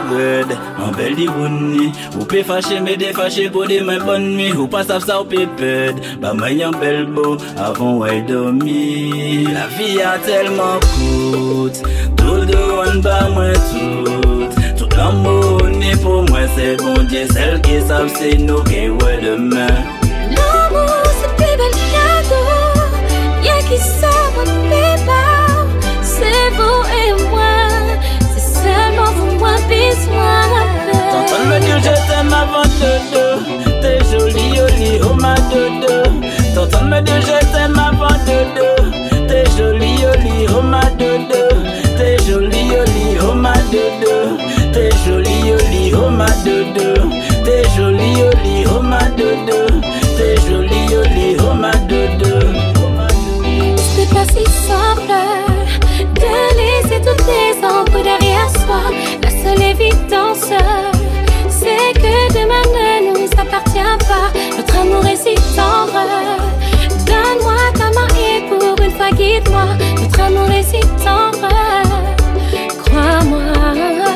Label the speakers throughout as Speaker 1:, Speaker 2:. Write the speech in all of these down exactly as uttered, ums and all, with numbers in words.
Speaker 1: red, en belle dirouni. Ou peut fâcher, mais défâcher pour des mains bonnes nuits. Ou pas savent ça ou peut perdre. Bah, moi, y'en belle beau, avant, ouais, dormir. La vie a tellement coûte. Tout de one, bah, moi, tout. Tout l'amour, n'est pour moi, c'est bon Dieu. Celles qui savent, c'est nous qui, ouais, demain.
Speaker 2: L'amour, c'est le plus bel cadeau. Y'a qui savent, on ne pas. C'est vous et moi. Seulement pour moi, besoin.
Speaker 1: T'entends me dire je t'aime avant dodo. T'es jolie, jolie, oh ma dodo. T'entends me dire je t'aime avant dodo. T'es jolie, jolie, oh ma dodo. T'es jolie, jolie, oh ma dodo. T'es jolie, jolie, oh ma dodo. T'es jolie, jolie, oh ma dodo. T'es jolie, jolie, oh ma dodo.
Speaker 2: C'est pas si simple de laisser toutes les ombres derrière soi. La seule évidence, c'est que demain ne nous appartient pas. Notre amour est si tendre. Donne-moi ta main et pour une fois guide-moi. Notre amour est si tendre. Crois-moi.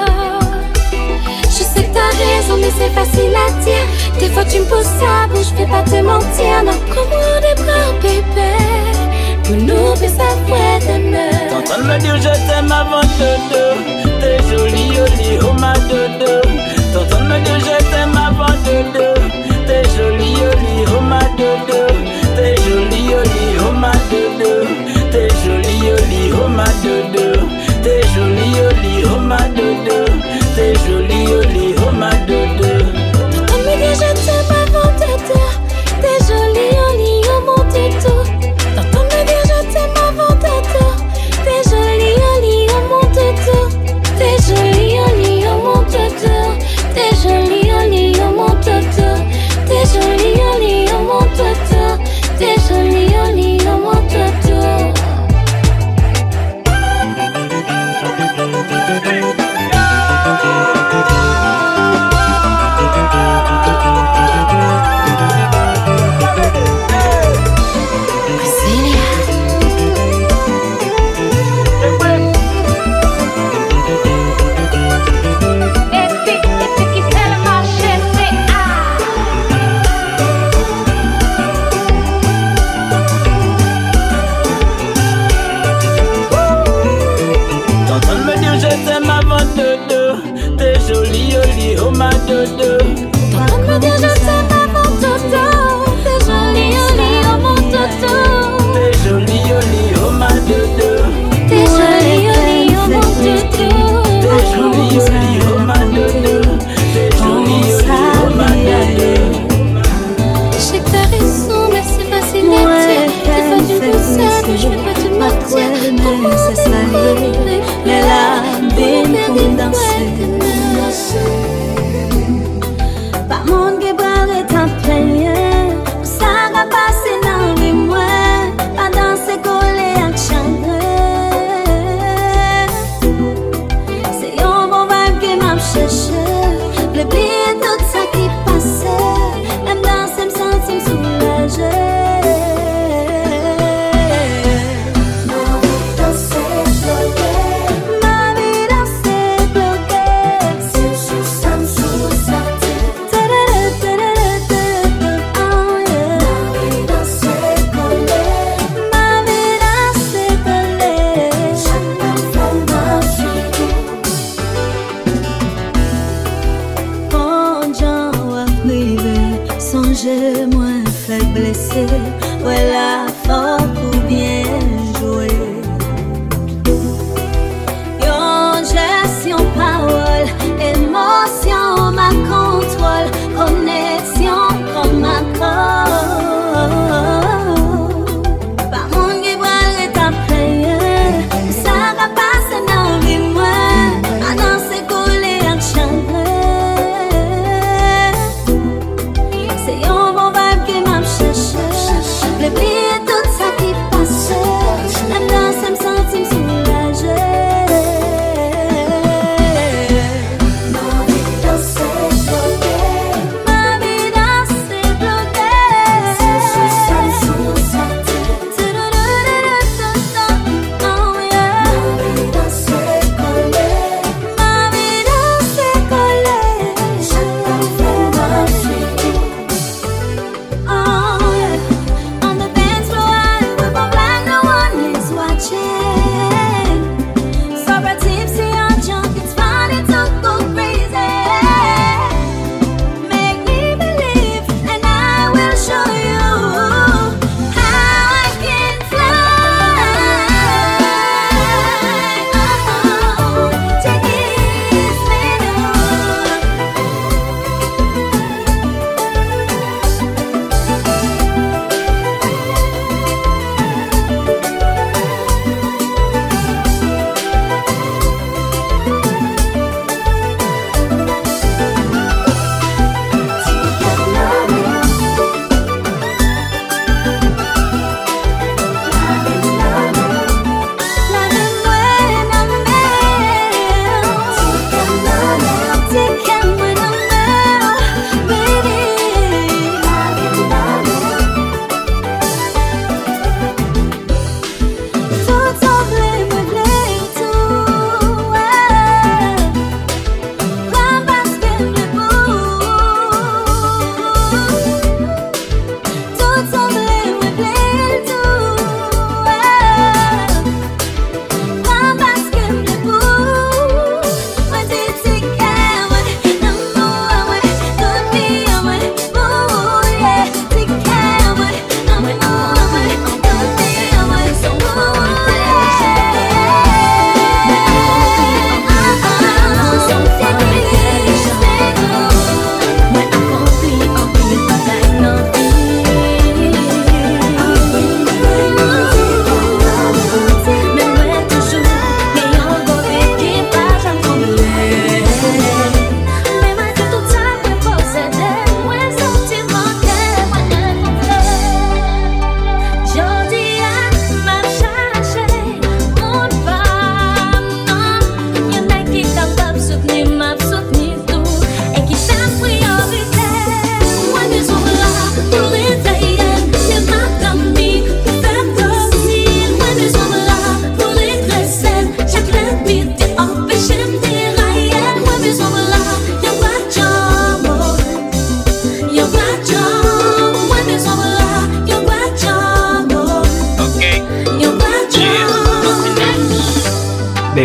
Speaker 2: Je sais que t'as raison, mais c'est facile à dire. Des fois tu me poses à bout, je vais pas te mentir. Non, prends-moi des bras, bébé. Pour nous, mais ça pourrait demain.
Speaker 1: T'entends me dire je t'aime avant dodo. T'es jolie, jolie, oh ma dodo. T'entends me dire je t'aime avant dodo. T'es jolie, jolie, oh ma dodo. T'es jolie, jolie, oh ma dodo. T'es jolie, jolie, oh ma dodo. T'es jolie, jolie, oh ma dodo. T'es jolie, jolie, oh ma dodo.
Speaker 2: T'entends me dire je t'aime avant dodo. T'es jolie, jolie, oh mon dodo. T'entends me dire je t'aime avant dodo. T'es jolie, jolie, oh mon dodo. T'es jolie, jolie, oh mon dodo. T'es jolie, jolie, oh mon dodo. T'es jolie, jolie, oh mon dodo. T'es jolie, jolie, oh mon dodo.
Speaker 1: T'es jolie, jolie, oh ma dodo.
Speaker 2: T'entends me dire je t'aime avant dodo. T'es jolie, jolie, oh mon dodo.
Speaker 1: T'es jolie, jolie, oh ma dodo.
Speaker 2: T'es jolie, jolie, oh mon dodo.
Speaker 1: T'es jolie, jolie, oh ma dodo. T'es jolie, jolie, oh ma dodo.
Speaker 2: Je sais que t'as raison, mais c'est facile à dire. Des fois tu me pousses à bout, je vais pas te mentir. Prends-moi des bras, bébé.
Speaker 3: Mais la vie pour danser. Pas mon gebral est en plein. Ça va passer dans les mois. Pas danser collé à chagrin. C'est un bon vibe qui m'a cherché. L'oublier tout ça qui passait. Même danser me sentir soulagée. J'ai moins fait blesser, ouais la force pour bien jouer. Yon gestion parole, émotion ma contrôle, connexion comme ma corps. Pas mon guébral est à plein, ça va passer dans les mois, à danser collé à chagrin. C'est un bon vibe qui m'a cherché. Le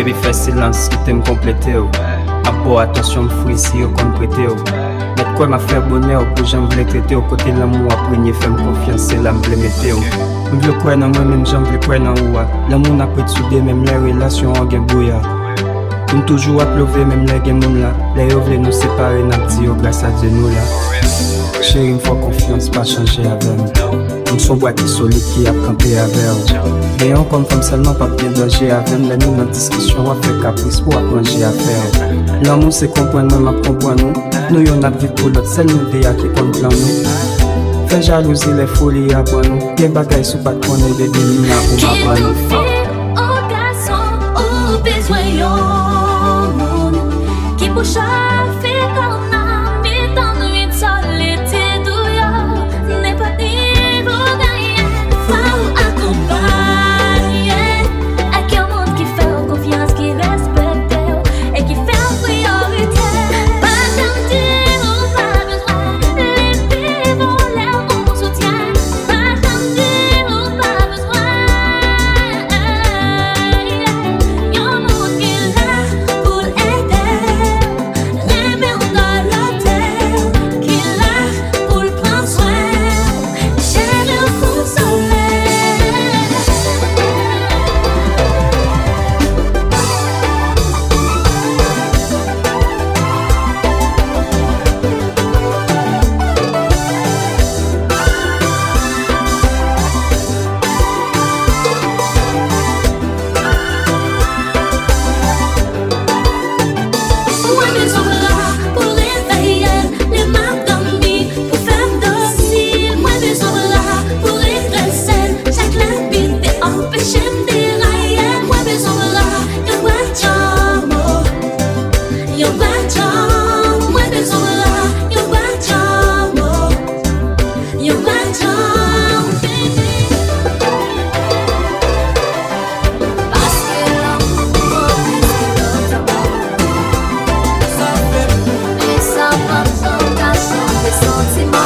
Speaker 4: Baby fais silence, qui t'aime compléter. Apport attention, me fouille si yo compte prêter. Mettre quoi m'a fait bonheur pour j'en voulais traiter. Au côté de l'amour, après n'y fait confiance, c'est là me météo. Je veux quoi dans moi-même, j'en veux quoi dans moi. L'amour n'a pas de soudé, même les relations en gain bouillard. Comme toujours à pleuver, même les gens là. Les gens veulent nous séparer, n'a dit grâce à Dieu nous là. Chérie, une fois confiance, pas changer avec nous. Comme son bois qui solide, qui a campé avec nous. Et on comme femme seulement, pas bien danger avec nous. Là, nous, dans la discussion, on fait caprice pour apprendre à faire. L'amour, c'est comprendre, même à comprendre nous. Nous, y'en a vu pour l'autre, c'est nous déjà qui compte plan nous. Fais jalousie, les folies à boire nous. Des bagailles sous pas de connaître, des dîners pour ma boire nous.
Speaker 3: Au garçon, au besoin, qui pour chauffer comme un mi-temps de nuit solitude, n'est pas niveau gagné. Faut accompagner avec un monde qui fait confiance, qui respecte et qui fait priorité. Pas gentil ou pas besoin, les vivants, les on soutient. Pas gentil ou pas besoin, un monde qui est là pour aider. Rêver on doit l'hôtel, qui est là pour prendre soin. Chérie, consoler. Moi mes bras pour réveiller les mains dormies, pour faire docile. Moi mes bras pour redresser chaque lapide et empêcher de dérailler. Moi mes bras, y'a pas de jambe, y'a pas de jambe. Moi mes bras, y'a pas de jambe, y'a pas de jambe, baby. Parce que l'amour et ça va sans cachant des sentiments.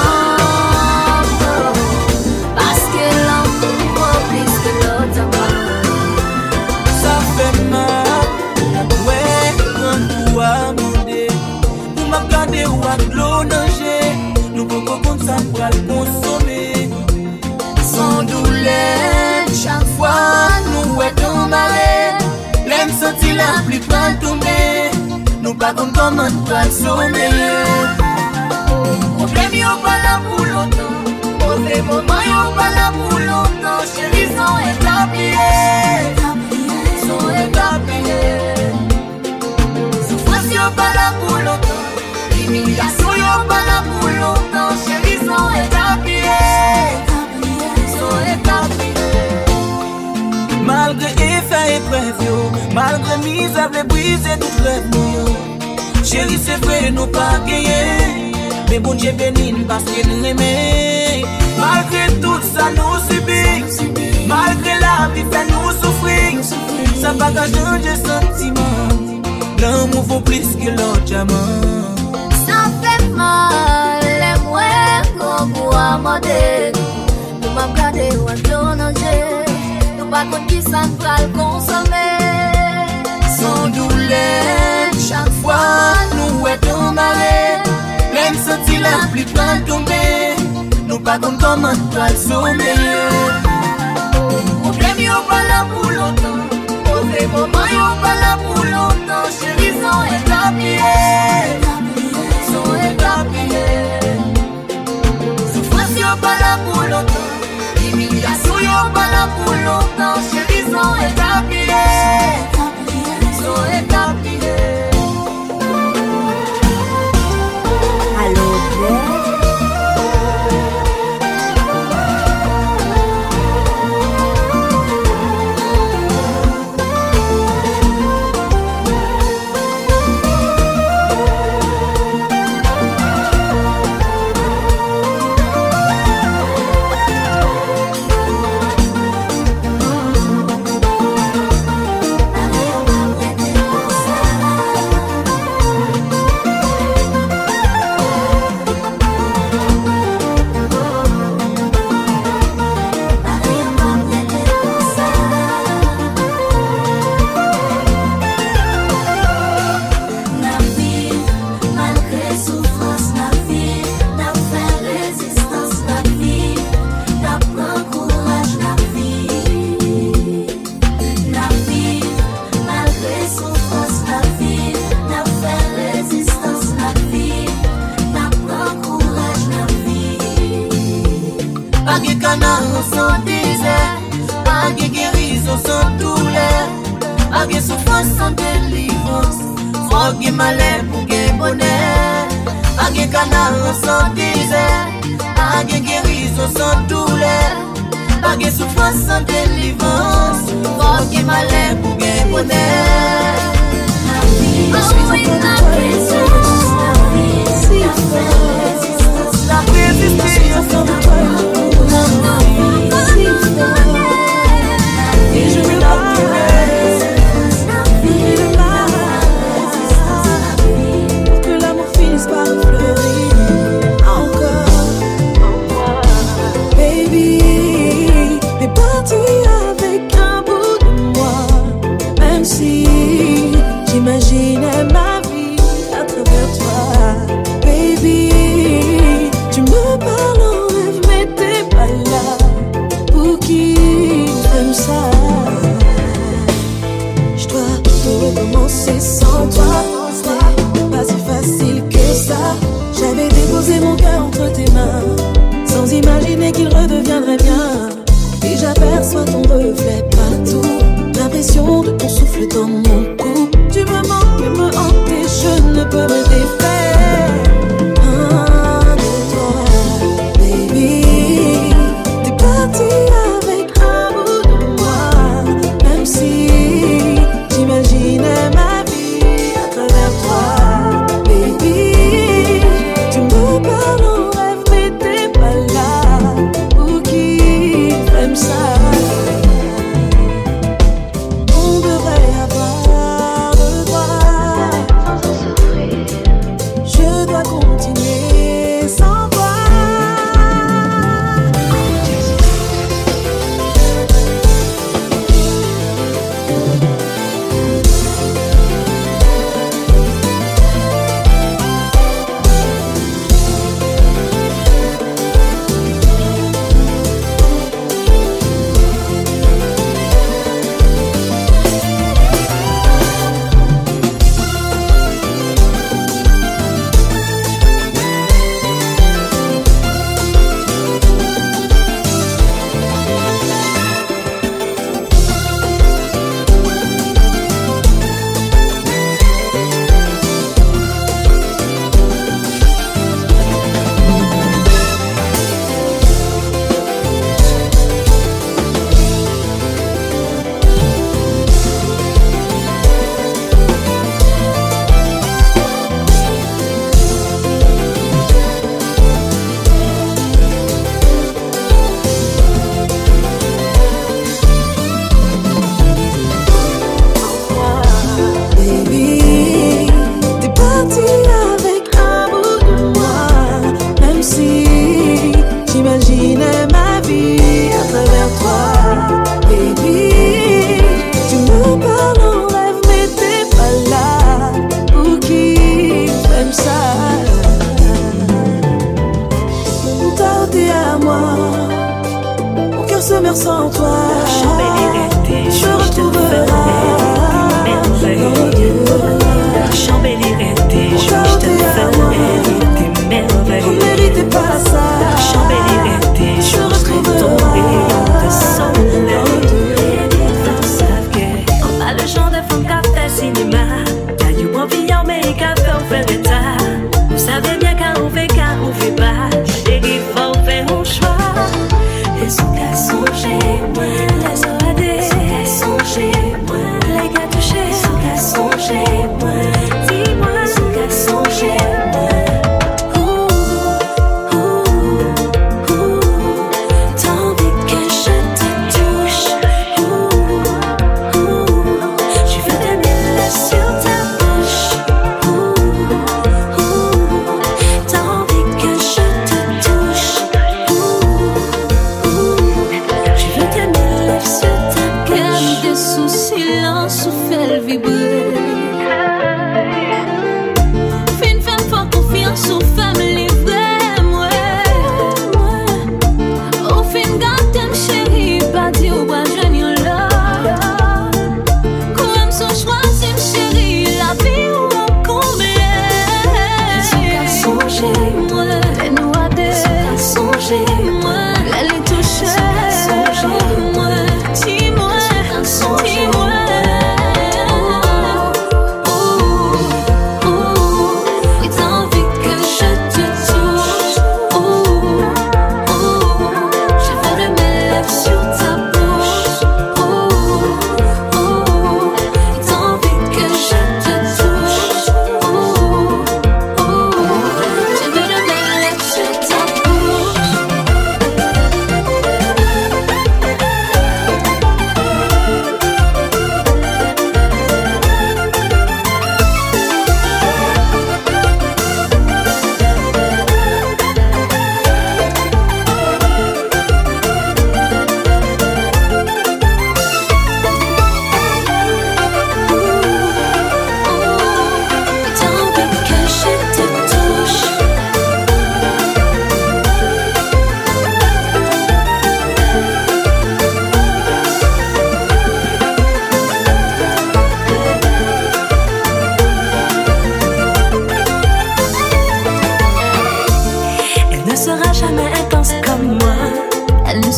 Speaker 3: Parce que l'amour vaut plus que l'autre amour.
Speaker 1: Ça fait mal, ouais, comme pour amender. Pour m'acclamer ou à l'eau nager. Nous pouvons comme ça pour le consommer. Sans douleur, chaque fois nous être marée. L'aime sentir la pluie pas tomber. Nous pas comme comment nous pas le sommeiller. Problème y'a pas là pour longtemps. Mauvais moment y'a pas là pour longtemps. Chérie, sont établis. Sont établis. Souffrance y'a pas là pour longtemps. Humiliation y'a pas là pour longtemps. Chérie, sont établis. Sont établis. Malgré effet et prévio, malgré misère, briser toute rêve nous. Chérie, c'est vrai, nous pas gagné. Mais bon Dieu béni parce qu'il nous aimait. Malgré tout ça, nous subit. Malgré la vie, fait nous souffrir. Ça va pas changer sentiment. L'amour vaut plus que l'autre diamant.
Speaker 3: Ça fait mal, les moins qu'on pourra monter. Nous m'avons gardé ou à tourner. Nous pas contre qui ça ne va le consommer.
Speaker 1: Sans douleur, chaque fois nous être marée. Même sentir la pluie pas tomber. Nous pas comme comment toi le sommeiller. Problème y'a pas là pour longtemps. Mauvais moment y'a pas là pour longtemps. Chérie, sont établis. Sont établis. Souffrance y'a pas là pour longtemps. Humiliation y'a pas là pour longtemps. Chérie, sont établis. Sont établis.
Speaker 2: Allô, Belle?
Speaker 5: canard sans désert, pas de guérison sans douleur, pas de souffrance sans délivrance, pas de malheur pour de bonheur, pas de canard sans désert, pas de guérison sans douleur, pas de souffrance sans délivrance, pas de malheur pour de bonheur.
Speaker 3: Oh oui, la présence,
Speaker 5: la résistance, et je vais la
Speaker 2: pour que l'amour finisse par fleurir encore. Baby, t'es parti avec un bout de moi, même si j'imaginais ma vie à travers toi. Baby, tu me parles en rêve, mais t'es pas là. Pour qui t'aime ça? Je dois tout recommencer sans toi. C'était pas si facile que ça. J'avais déposé mon cœur entre tes mains, sans imaginer qu'il redeviendrait bien. Et j'aperçois ton reflet partout, l'impression de ton souffle dans mon cou. Tu me manques, me hantes et je ne peux me défaire ah, de toi, baby. T'es parti avec un bout de moi, même si j'imaginais ma vie à travers toi, baby. Tu me parles en rêve, mais t'es pas là. Pour qui t'aime ça? On devrait avoir le droit. Je dois continuer sans toi. Baby, t'es parti avec un bout de moi, même si j'imaginais ma vie à travers toi. Baby, tu me parles en rêve, mais t'es pas là. Pour qui t'aime ça? T'as ôté à moi, mon cœur se meurt sans toi. Je retrouverai
Speaker 6: La chambellerie était juste belle, était merveilleuse.
Speaker 2: Vous méritez pas ça.
Speaker 6: La chambellerie était juste ton rayon de soleil. On parle le genre de femme qui fait cinéma. T'as eu envie en mais qu'à faire faire l'état. Vous savez bien quand on fait, quand on fait pas. Et il faut faire un choix. Et son cas songer, les autres.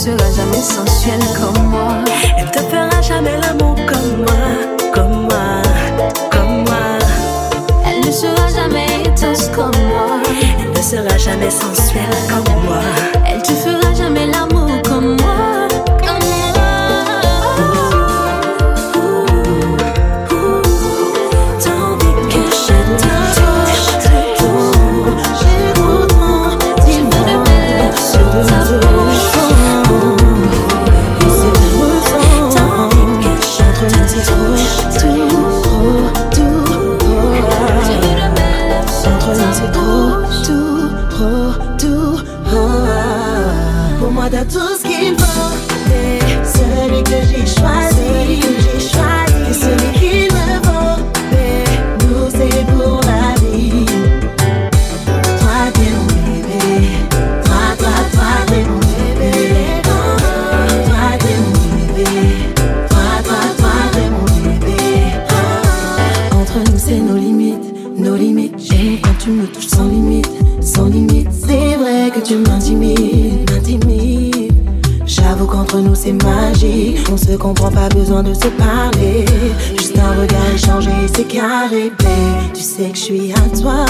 Speaker 2: sera jamais sensuelle comme moi.
Speaker 6: Elle te fera jamais l'amour comme moi, comme moi, comme moi.
Speaker 2: Elle ne sera jamais éteuse comme moi.
Speaker 6: Elle ne sera jamais sensuelle comme moi.
Speaker 2: Elle te fera jamais l'amour comme moi, comme moi.
Speaker 6: Tandis que je touche,
Speaker 2: J'ai autant d'il me remède sur ta bouche.
Speaker 6: tandis que je touche,
Speaker 2: Tout, trop, tout,
Speaker 5: Entre nous c'est trop, tout, trop, tout. Pour moi t'as tout ce qu'il faut. T'es celui que j'ai choisi, que j'ai choisi. T'es celui qu'il me faut. Nous c'est pour la vie. Toi t'es mon bébé. Toi, toi, toi t'es mon bébé. Toi t'es mon bébé. Toi, toi, toi t'es mon bébé. Entre nous c'est nos limites, nos limites. J'aime quand tu me touches sans limite, sans limite. C'est vrai que tu m'intimides, m'intimides. J'avoue qu'entre nous c'est magique. On se comprend, pas besoin de se parler. Juste un regard échangé, c'est carré, babe. Tu sais que je suis à toi,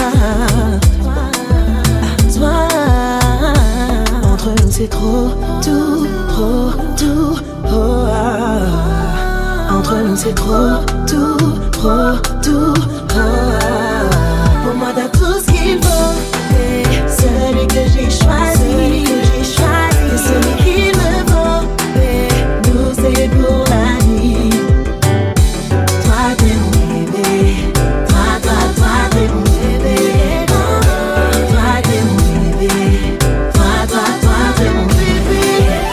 Speaker 5: à toi. Entre nous c'est trop, tout, trop, tout, oh, ah. Entre nous c'est trop, tout, trop, tout, oh, ah. Pour moi t'as tout ce qu'il faut. T'es celui que j'ai choisi, que j'ai choisi. T'es celui qu'il me faut. Nous c'est pour la vie. Toi t'es mon bébé. Toi, toi, toi t'es mon bébé. Toi t'es mon bébé. Toi, toi, toi t'es mon bébé.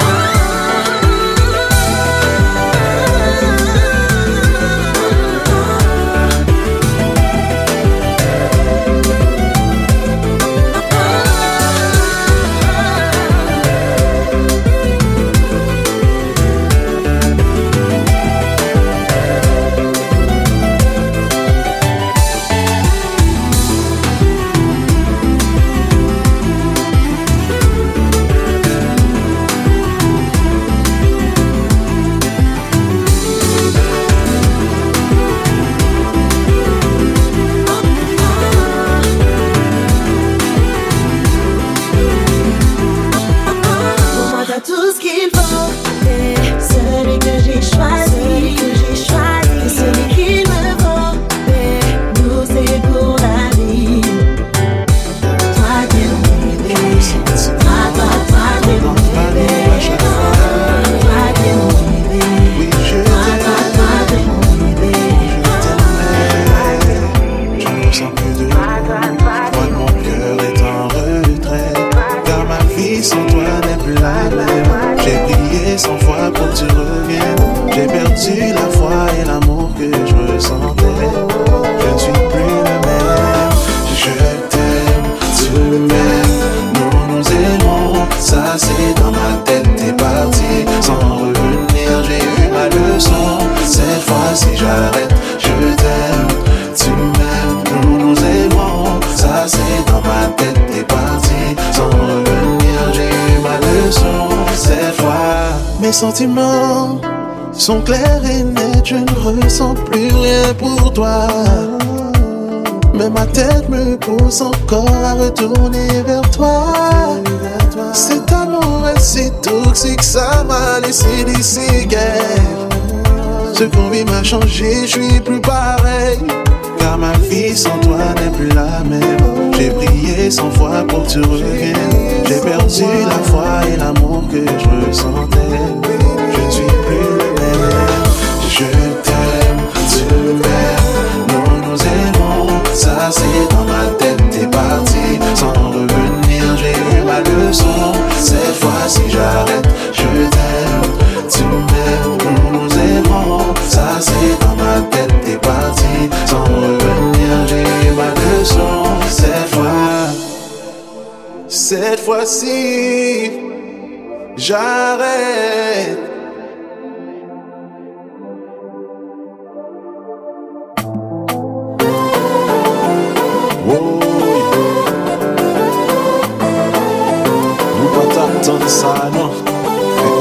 Speaker 5: Pour moi t'as tout ce qu'il faut. T'es celui que j'ai choisi, que j'ai choisi. T'es celui qu'il me faut. Nous c'est pour la vie. Toi t'es mon bébé. Toi, toi, toi t'es mon bébé. Toi t'es mon bébé. Toi, toi, toi t'es mon bébé.
Speaker 7: Je ne ressens plus de toi, mon cœur est en retrait. Car ma vie sans toi n'est plus la même. J'ai prié cent fois pour que tu reviennes. J'ai perdu la foi et l'amour que je ressentais. Je ne suis plus le même. Je t'aime, tu m'aimes. Nous nous aimons. Ça c'est dans ma tête, t'es parti sans revenir. J'ai eu ma leçon. Cette fois-ci j'arrête. Je t'aime, tu m'aimes. Nous nous aimons. Ça c'est dans ma tête, t'es parti sans revenir. J'ai eu ma leçon. Cette fois mes sentiments sont clairs et nets. Je ne ressens plus rien pour toi. Mais ma tête me pousse encore à retourner vers toi. Cet amour est si toxique, ça m'a laissé des séquelles. Ce qu'on vit m'a changé, je suis plus pareil. Car ma vie sans toi n'est plus la même. J'ai prié cent fois pour que tu reviennes. J'ai perdu la foi et l'amour que je ressentais. Je ne suis plus le même. Je t'aime, tu m'aimes. Nous nous aimons. Ça c'est dans ma tête, t'es parti sans revenir. J'ai eu ma leçon. Cette fois-ci j'arrête. Je t'aime, tu m'aimes. Nous nous aimons. Ça c'est dans ma tête, t'es parti sans revenir. J'ai eu ma leçon. Cette fois, cette fois-ci j'arrête. Oh, nous pas t'attendre ça, non.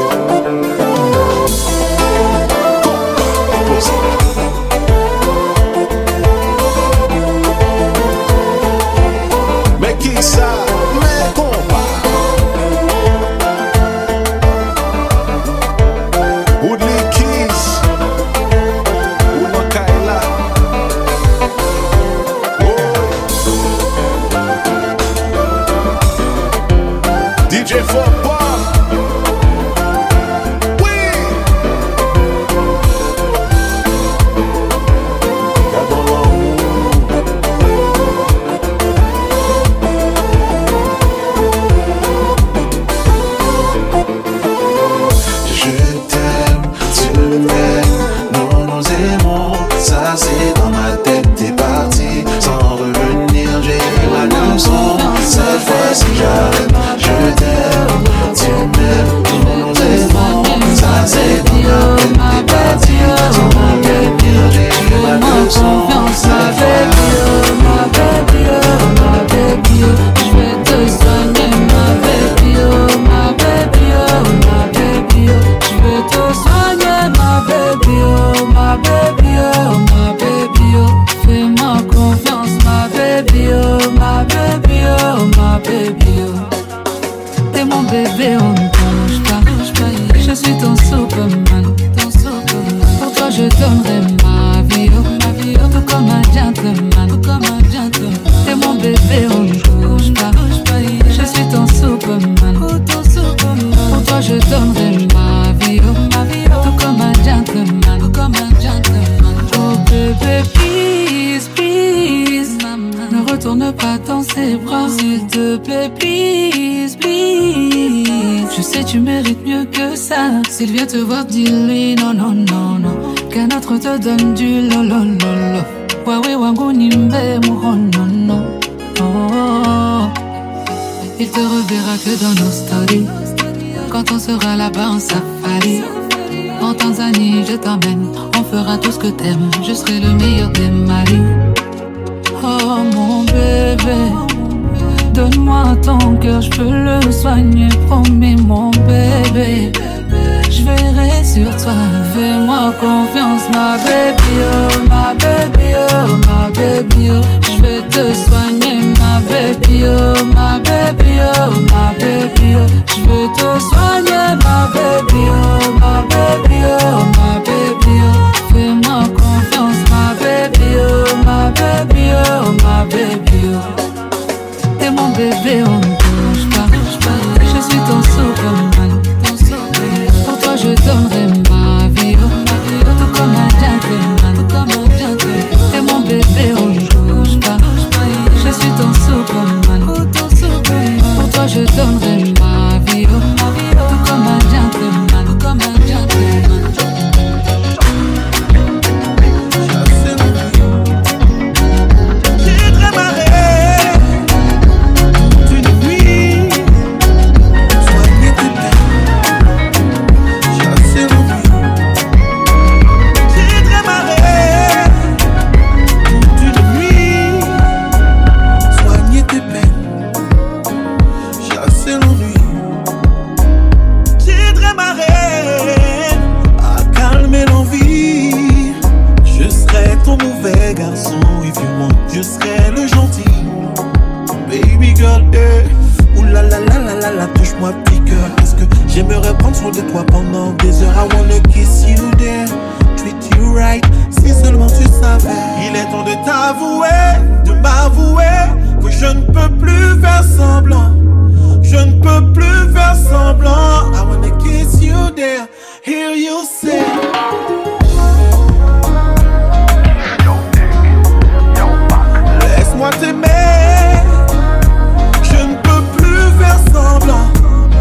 Speaker 7: leçon. Cette fois-ci j'arrête, je t'aime, tu m'aimes, nous nous aimons. Ça c'est dans la peine, t'es parti, ton monde est pire, j'ai ma leçon. Cette fois-ci
Speaker 8: ma baby, oh ma baby, oh, je vais te soigner, ma baby, oh ma baby, oh ma baby, oh, je vais te soigner, ma baby, oh ma baby, oh ma baby, oh, fais-moi confiance, ma baby, oh ma baby, oh ma baby, oh, t'es mon bébé, on ne touche pas, je suis ton Superman, ton Superman, pour toi je donnerai ma vie, oh ma vie, oh, tout comme un gentleman, tout comme un gentleman, t'es mon bébé, on ne touche pas, je suis ton Superman, pour toi je donnerai ma vie, oh ma vie, oh, tout comme un gentleman, tout comme un gentleman, oh bébé, please, please, ne retourne pas dans ses bras, s'il te plaît, please, please, je sais tu mérites mieux que ça, s'il vient te voir, dis-lui non, non, non, non, qu'un autre te donne du lolololo. Wawe wangu nimbe muhonono. Oh, il te reverra que dans nos stories. Quand on sera là-bas en safari. En Tanzanie, je t'emmène. On fera tout ce que t'aimes. Je serai le meilleur des maris. Oh mon bébé, donne-moi ton cœur, je peux le soigner. Promis mon bébé, je veillerai sur toi. Fais-moi confiance, ma baby, oh ma baby, oh ma baby, oh, je vais te soigner, ma baby, oh ma baby, oh ma baby, oh, je vais te soigner, ma baby, oh ma baby, oh ma baby, oh, fais-moi confiance, ma baby, oh ma baby, oh ma baby, oh, t'es mon bébé, on ne touche pas, je suis ton Superman, pour toi je donnerai ma vie, oh ma vie, oh, tout comme un gentleman, tout comme un gentleman, t'es mon bébé, on ne touche pas, je suis ton Superman, pour toi je donnerai ma vie, oh ma vie, oh, tout comme un gentleman, tout comme un gentleman.
Speaker 7: J'ai démarré d'une nuit, soigner tes peines, chasser l'ennui. J'ai démarré d'une nuit, soigner tes peines, chasser l'ennui. J'ai démarré à calmer l'envie. Je serai ton mauvais garçon, if you want, je serai le gentil. Baby girl, eh. Ouh la la la la la la, touche-moi petit cœur. Parce que j'aimerais prendre soin de toi pendant des heures. I wanna kiss you there, treat you right. Si seulement tu savais. Il est temps de t'avouer, de m'avouer que je ne peux plus faire semblant. Je ne peux plus faire semblant. I wanna kiss you there, hear you say. Laisse-moi t'aimer, je ne peux plus faire semblant.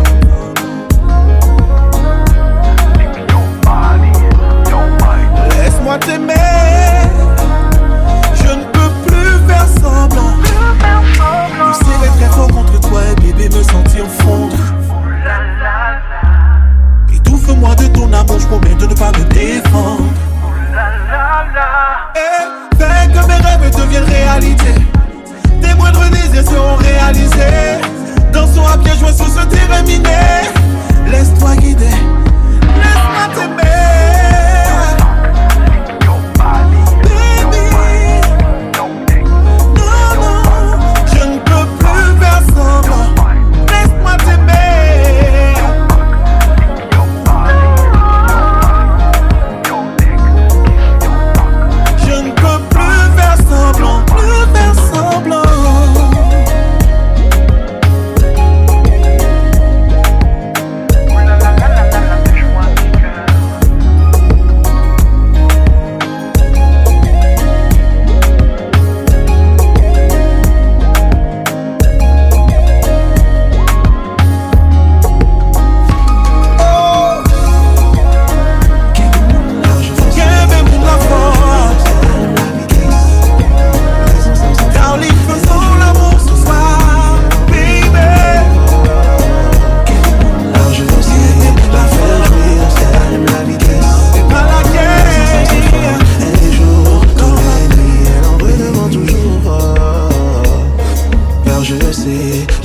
Speaker 7: Laisse-moi t'aimer, je ne peux plus faire semblant. Me serrer très fort contre toi et bébé me sentir fondre. Étouffe-moi de ton amour, je promets de ne pas me défendre. Et fais que mes rêves deviennent réalité. Tes moindres désirs seront réalisés. Dansons à pieds joints sous ce terrain miné. Laisse-toi guider, laisse-moi t'aimer.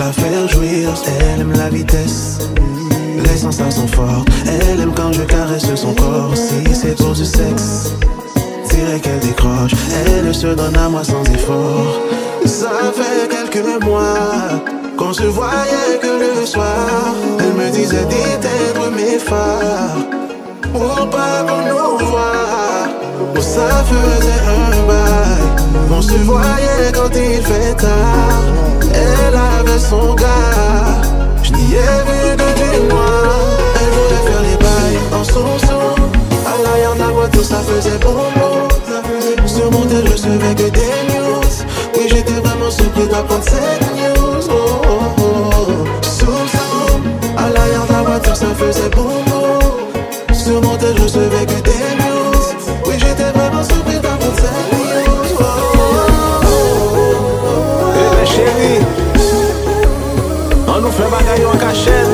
Speaker 7: la faire jouir. Elle aime la vitesse, les sensations fortes. Elle aime quand je caresse son corps. Si c'est pour du sexe, dirais qu'elle décroche. Elle se donne à moi sans effort. Ça fait quelques mois qu'on se voyait que le soir. Elle me disait d'éteindre mes phares pour pas qu'on nous voit. Oh, ça faisait un bail qu'on se voyait quand il fait tard. Elle avait son gars, je n'y ai vu que du noir. Elle voulait faire les bails en son-son. À l'arrière de la voiture ça faisait bonbon. Sur mon tel je recevais que des news. Oui j'étais vraiment surpris d'apprendre cette news. Oh oh oh, sous-son. À l'arrière de la voiture ça faisait bonbon. Sur mon tel je recevais que des news. Oui j'étais vraiment surpris d'apprendre cette news. Oh oh oh.
Speaker 9: Eh ben chérie, on nous fait bagaille en cachette.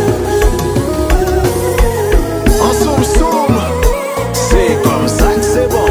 Speaker 9: En soum soum. C'est comme ça que c'est bon.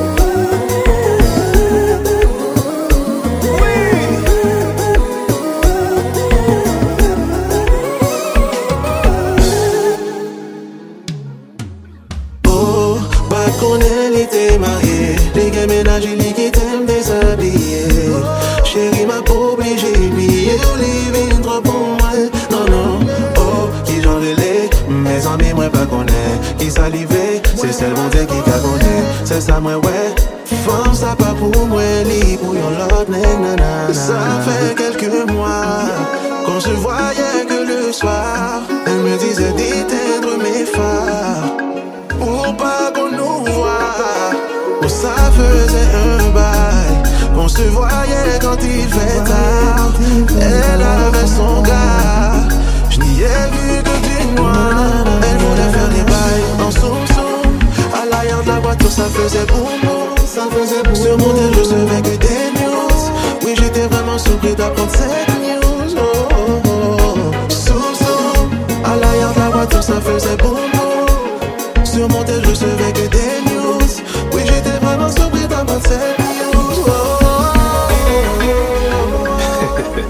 Speaker 7: Julie qui t'aime déshabillé. Chérie m'a pas obligé d'oublier. Olivier trop pour moi. Non non. Oh qui j'en relais. Mes amis moi pas connaît. Qui salivé. C'est celle bon Dieu qui connaît. C'est ça moi ouais. Femme ça pas pour moi. Li pour yon lot nana. Ça fait quelques mois qu'on se voyait que le soir. Elle me disait d'éteindre mes phares pour pas qu'on nous voit. Oh, ça faisait un bail qu'on se voyait quand il fait tard. Elle avait son gars, je n'y ai vu que du noir. Elle voulait faire les bails en son-son. À l'arrière de la voiture ça faisait bonbon. Ça faisait bonbon. Sur mon tel je recevais que des news. Oui j'étais vraiment surpris d'apprendre cette news. Oh oh oh, sous-son. À l'arrière de la voiture ça faisait bonbon. Sur mon tel je recevais que des news. Oui j'étais vraiment surpris d'apprendre cette news. Oh, oh, oh.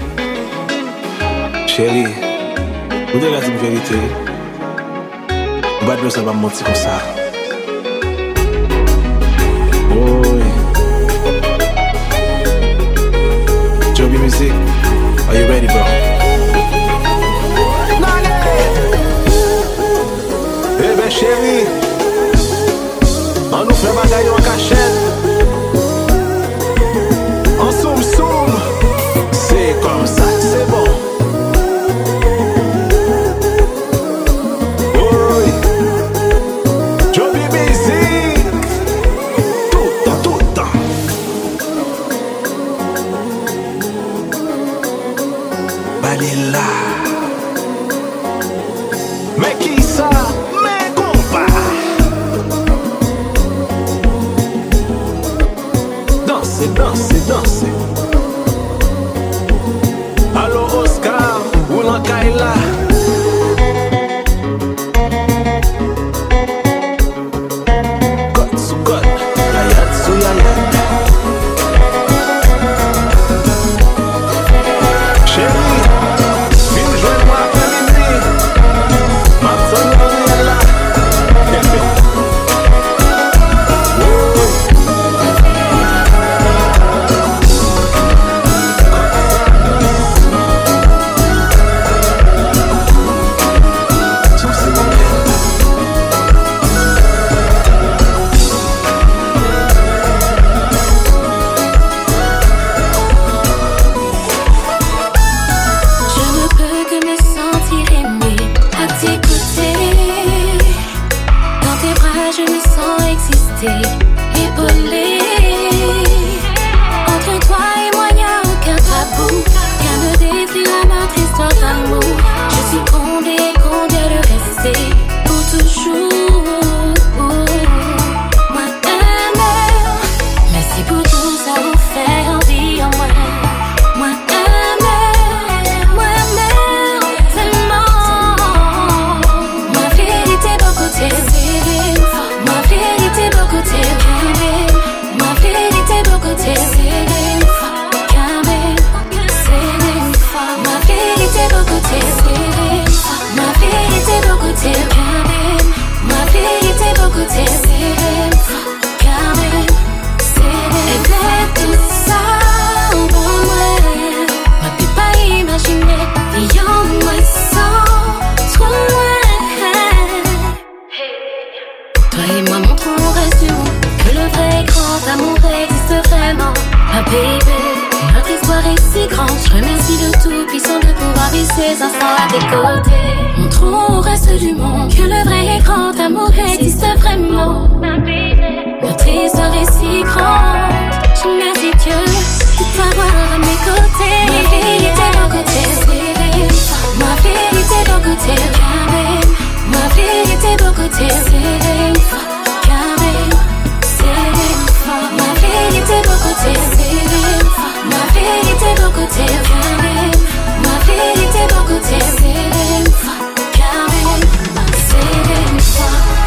Speaker 9: Chérie, vous devez dire la vérité. On va ça va me mentir comme ça. Oh oui. Joby Music, are you ready bro? Eh ben chérie, on nous fait bagaille en cachette. En soum soum. C'est comme ça que c'est bon. Oh oui. Joby Music. Tout le temps, tout le temps. Balila. Mais qui ça? Mais compas. Danser, danser, danser. Allo Oscar, Oulan Kaila. Got sous got, yayat sous yayat. Chérie, viens joindre moi après minuit. Ma sonne on est là.
Speaker 2: tes enfants à tes côtés. Montrons au reste du monde que le vrai et grand amour existe vraiment. Notre histoire est si grande. Je remercie Dieu de t'avoir à mes côtés. Ma vérité d'un côté, c'est ma vérité d'un côté, Karim. Ma vérité d'un côté, c'est Karim. Ma vérité d'un côté, c'est ma vérité d'un côté, Karim. Ma vérité d'un côté, c'est Karim. C'est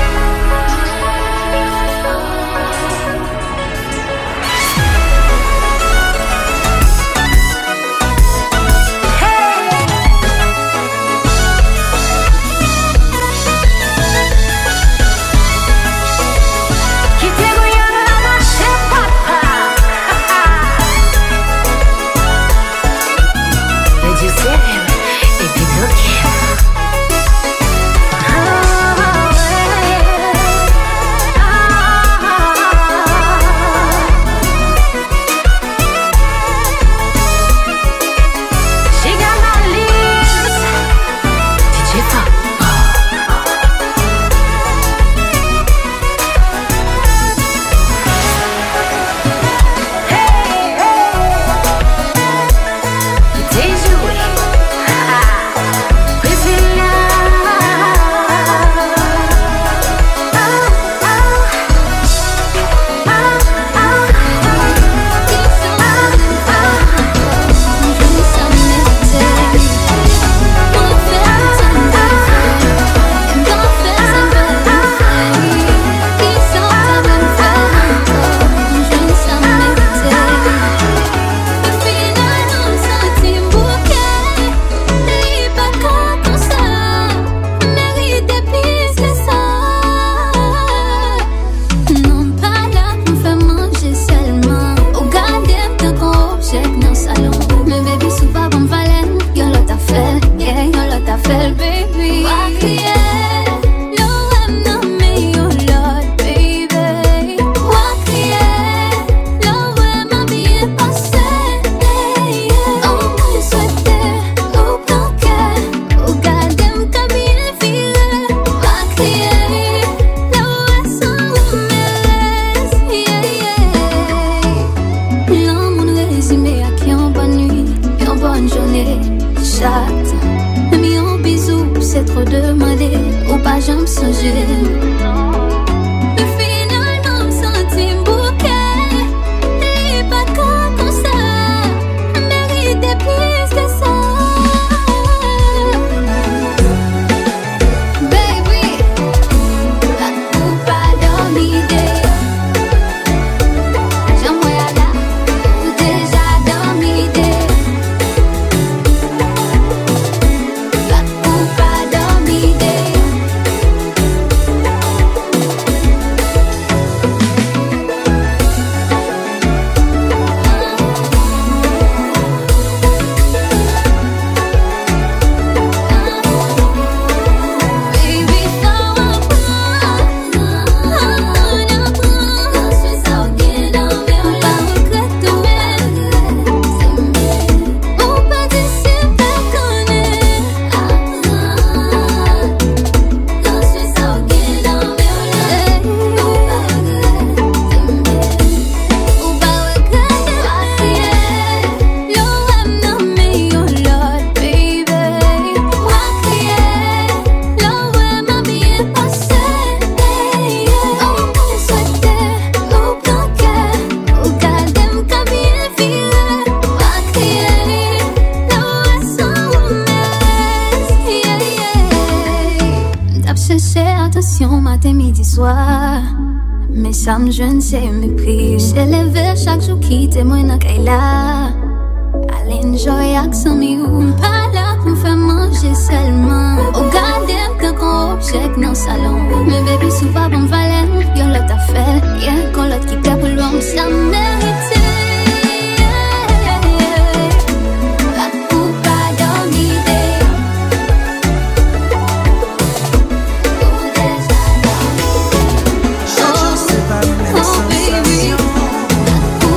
Speaker 2: mais ça me jeune, c'est mépris. J'ai levé chaque jour qui témoigne dans Kaila. Allez, enjoy accent mi ou pas là pour me faire manger seulement. Au garder que qu'on objecte dans le salon. Mais baby, souvent bon valet, y'a l'autre affaire. Y'a qu'on l'autre qui tape l'homme, ça mérite.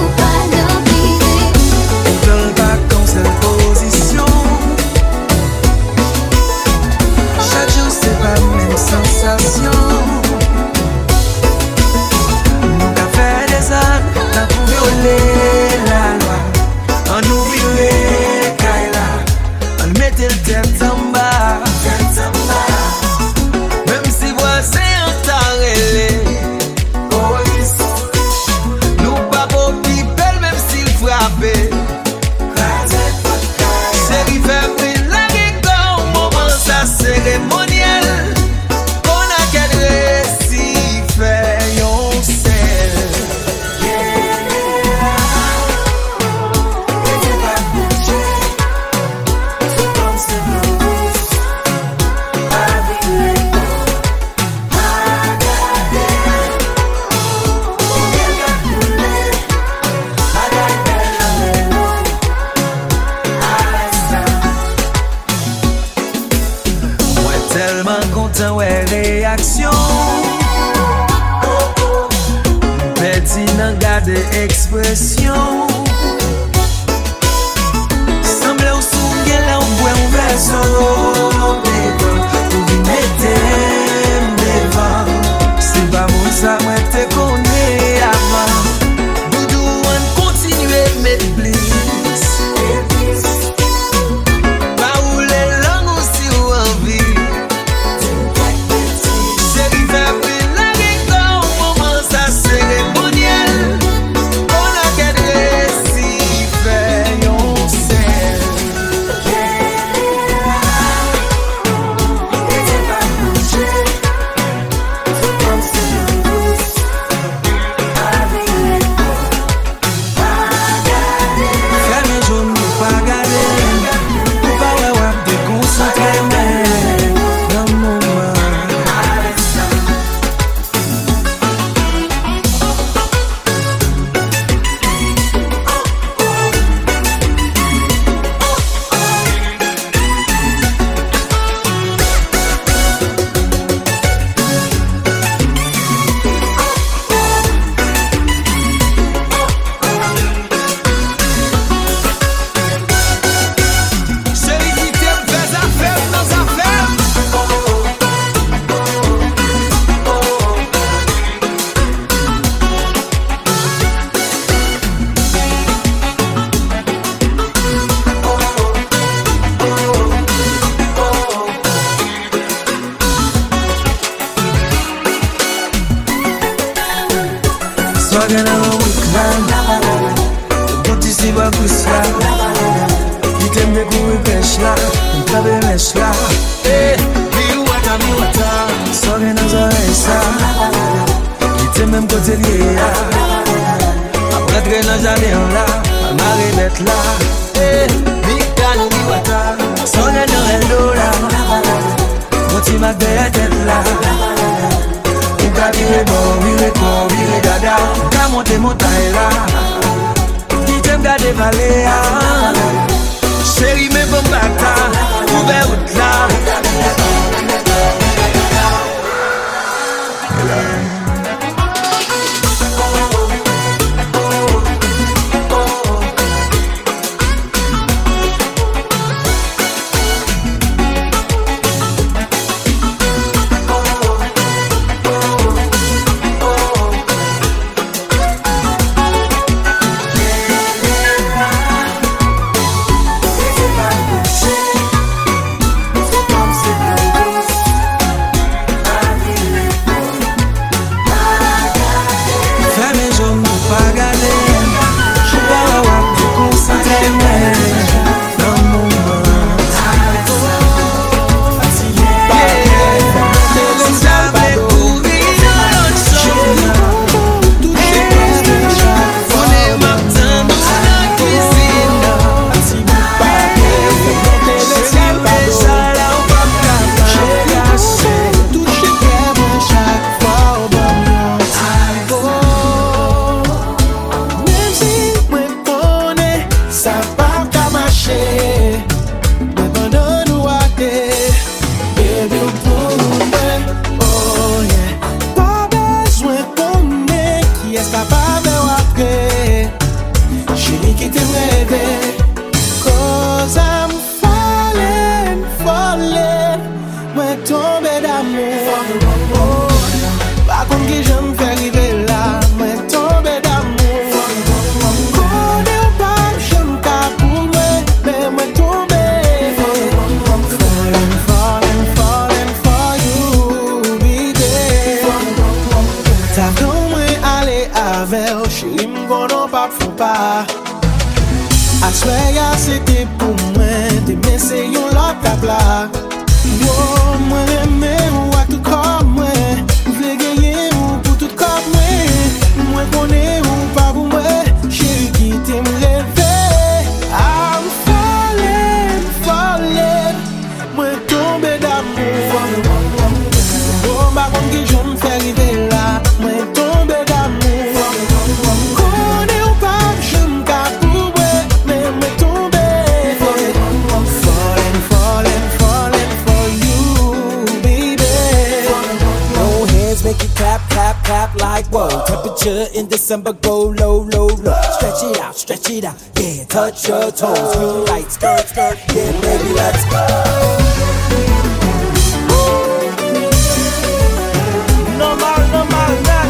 Speaker 10: Position besoin ouais réaction. Petit nan garde expression. Semble ou sou gen la ou bwe ou verso. Ou vi mette m'devan. Si ba moun sa mwen te konne avan. Doudou an kontinue met bliss. Ba ou le lang ou si ou anvi. Chéri fè pri la gen kon moment sa cérémoniel. On a cadré si fè yon sel. Swaggin' on week lang. Bouti si ba kous la. Ite mbe kou pesh la. Mkabe mesh la. Eh, mi wata, mi wata. Swaggin' on zore sa. Ite mbe mkote liye ya. Apre tre nan jardin la. Mare bet la. Eh, mi kanou mi wata. Swaggin' on el do la. Bouti mak de tet la. Ka vire bon, vire con, vire dada. Ka monte montagne la. Ki tem gade vale ya. Chéri me bon bata. Ouve route la.
Speaker 11: Aswaya c'était pour moi, de me c'est yon lot tabla. Yo, moi reme ou à tout comme moi, vle gagner ou pour tout comme moi. Moi connais ou pas pour moi, chérie qui t'aime lever. I'm falling, falling, moi tombé d'amour. Oh, ma contre que je me fais arriver là, moi tombé d'amour. Connais ou pas, je me cape pour moi, mais me tomber. whoa. Temperature in December go low, low, low. Stretch it out, stretch it out, yeah. Touch your toes, green light, skirt, skirt, yeah, baby, let's go. Normal, normal, man.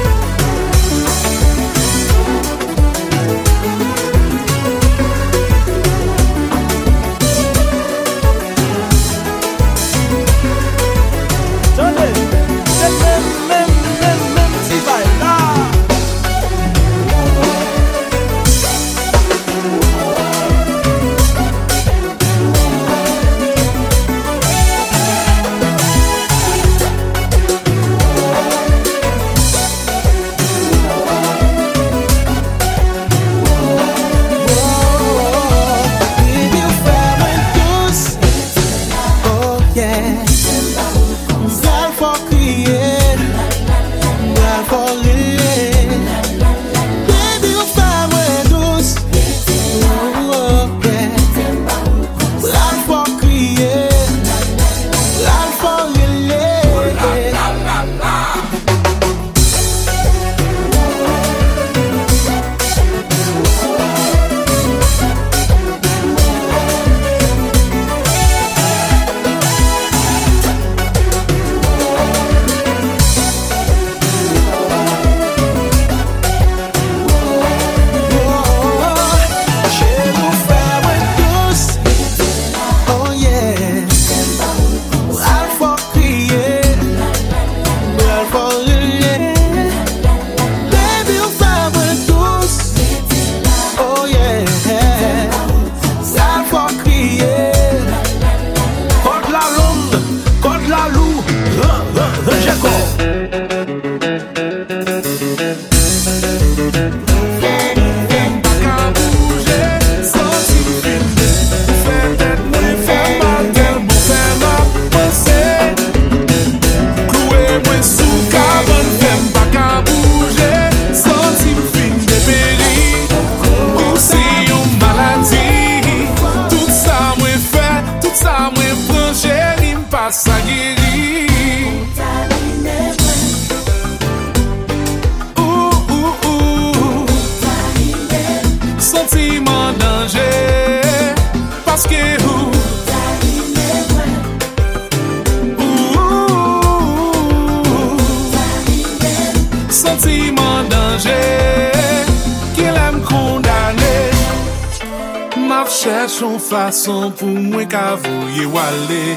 Speaker 12: Cherchons façon pour moi qu'à voyer aller.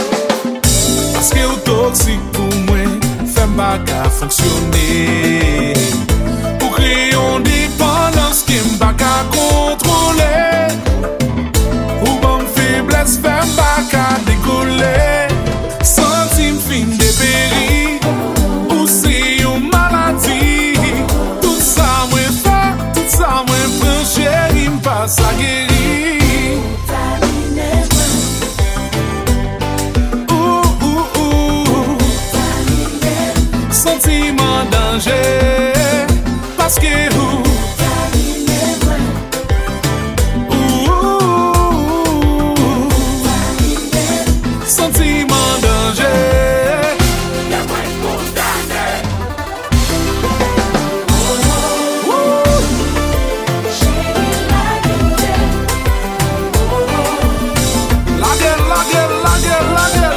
Speaker 12: Parce que au toxique pour moi, fait m'baka fonctionner. Pour créer une dépendance qui m'baka contrôler. Ou bon faiblesse fait m'baka décoller. Sentime fin dépéri, ou c'est une maladie. Tout ça moi fait, tout ça moi prend chéri m'passe à guérir. Sentiment danger parce que vous sentiment danger la gueule, la gueule, la gueule, la gueule.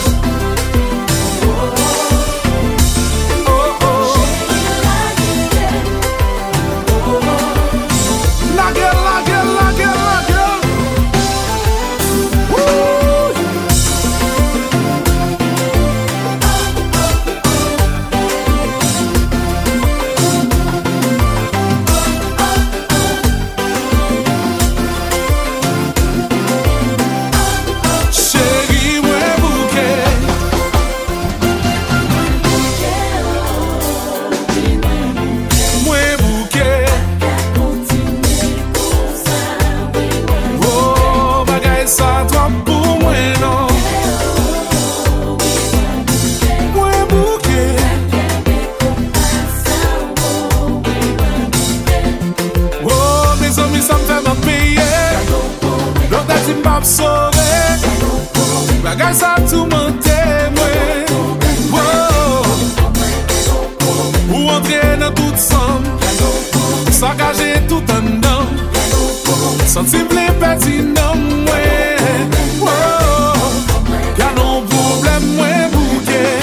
Speaker 12: Bagay sa tout monte mwen. Ou entre Saccager tout en dedans. Sentir les petits noms, ouais. Y'a non problème, ouais, bouquet.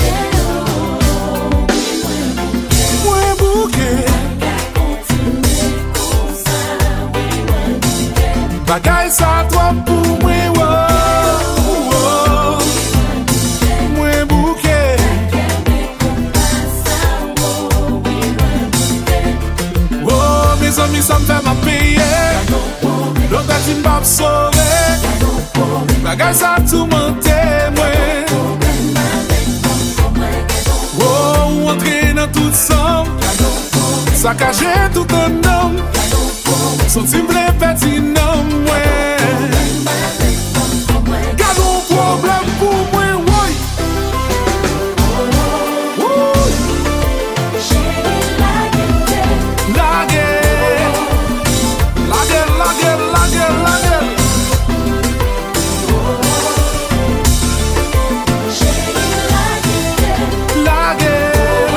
Speaker 12: Ouais, bouquet. Bagaille ça, toi, pour moi, wow. Ouais, bouquet. Oh, mes amis, ça me fait ma payer. L'autre est une barbe sauvée. Bagage ça tout monté, moi. Oh, entrer dans tout sang. Saccager tout un homme. Sentir les petits noms, ouais. Gardons problème pour moi, ouais. La guerre, la guerre, la guerre, la guerre, la guerre. La guerre.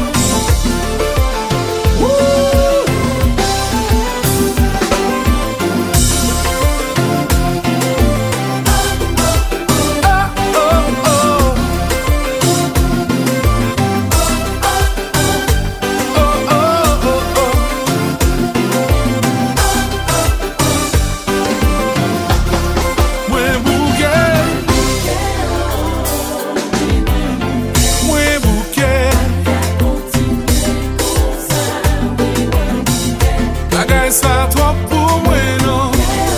Speaker 12: Ça toi pour moi non.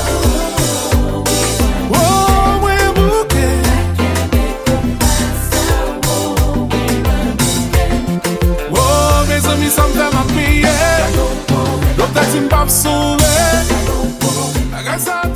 Speaker 12: Oh ouais bouquet. Oh mes amis ça me fait ma prière. L'autre t'as une pape sauvée.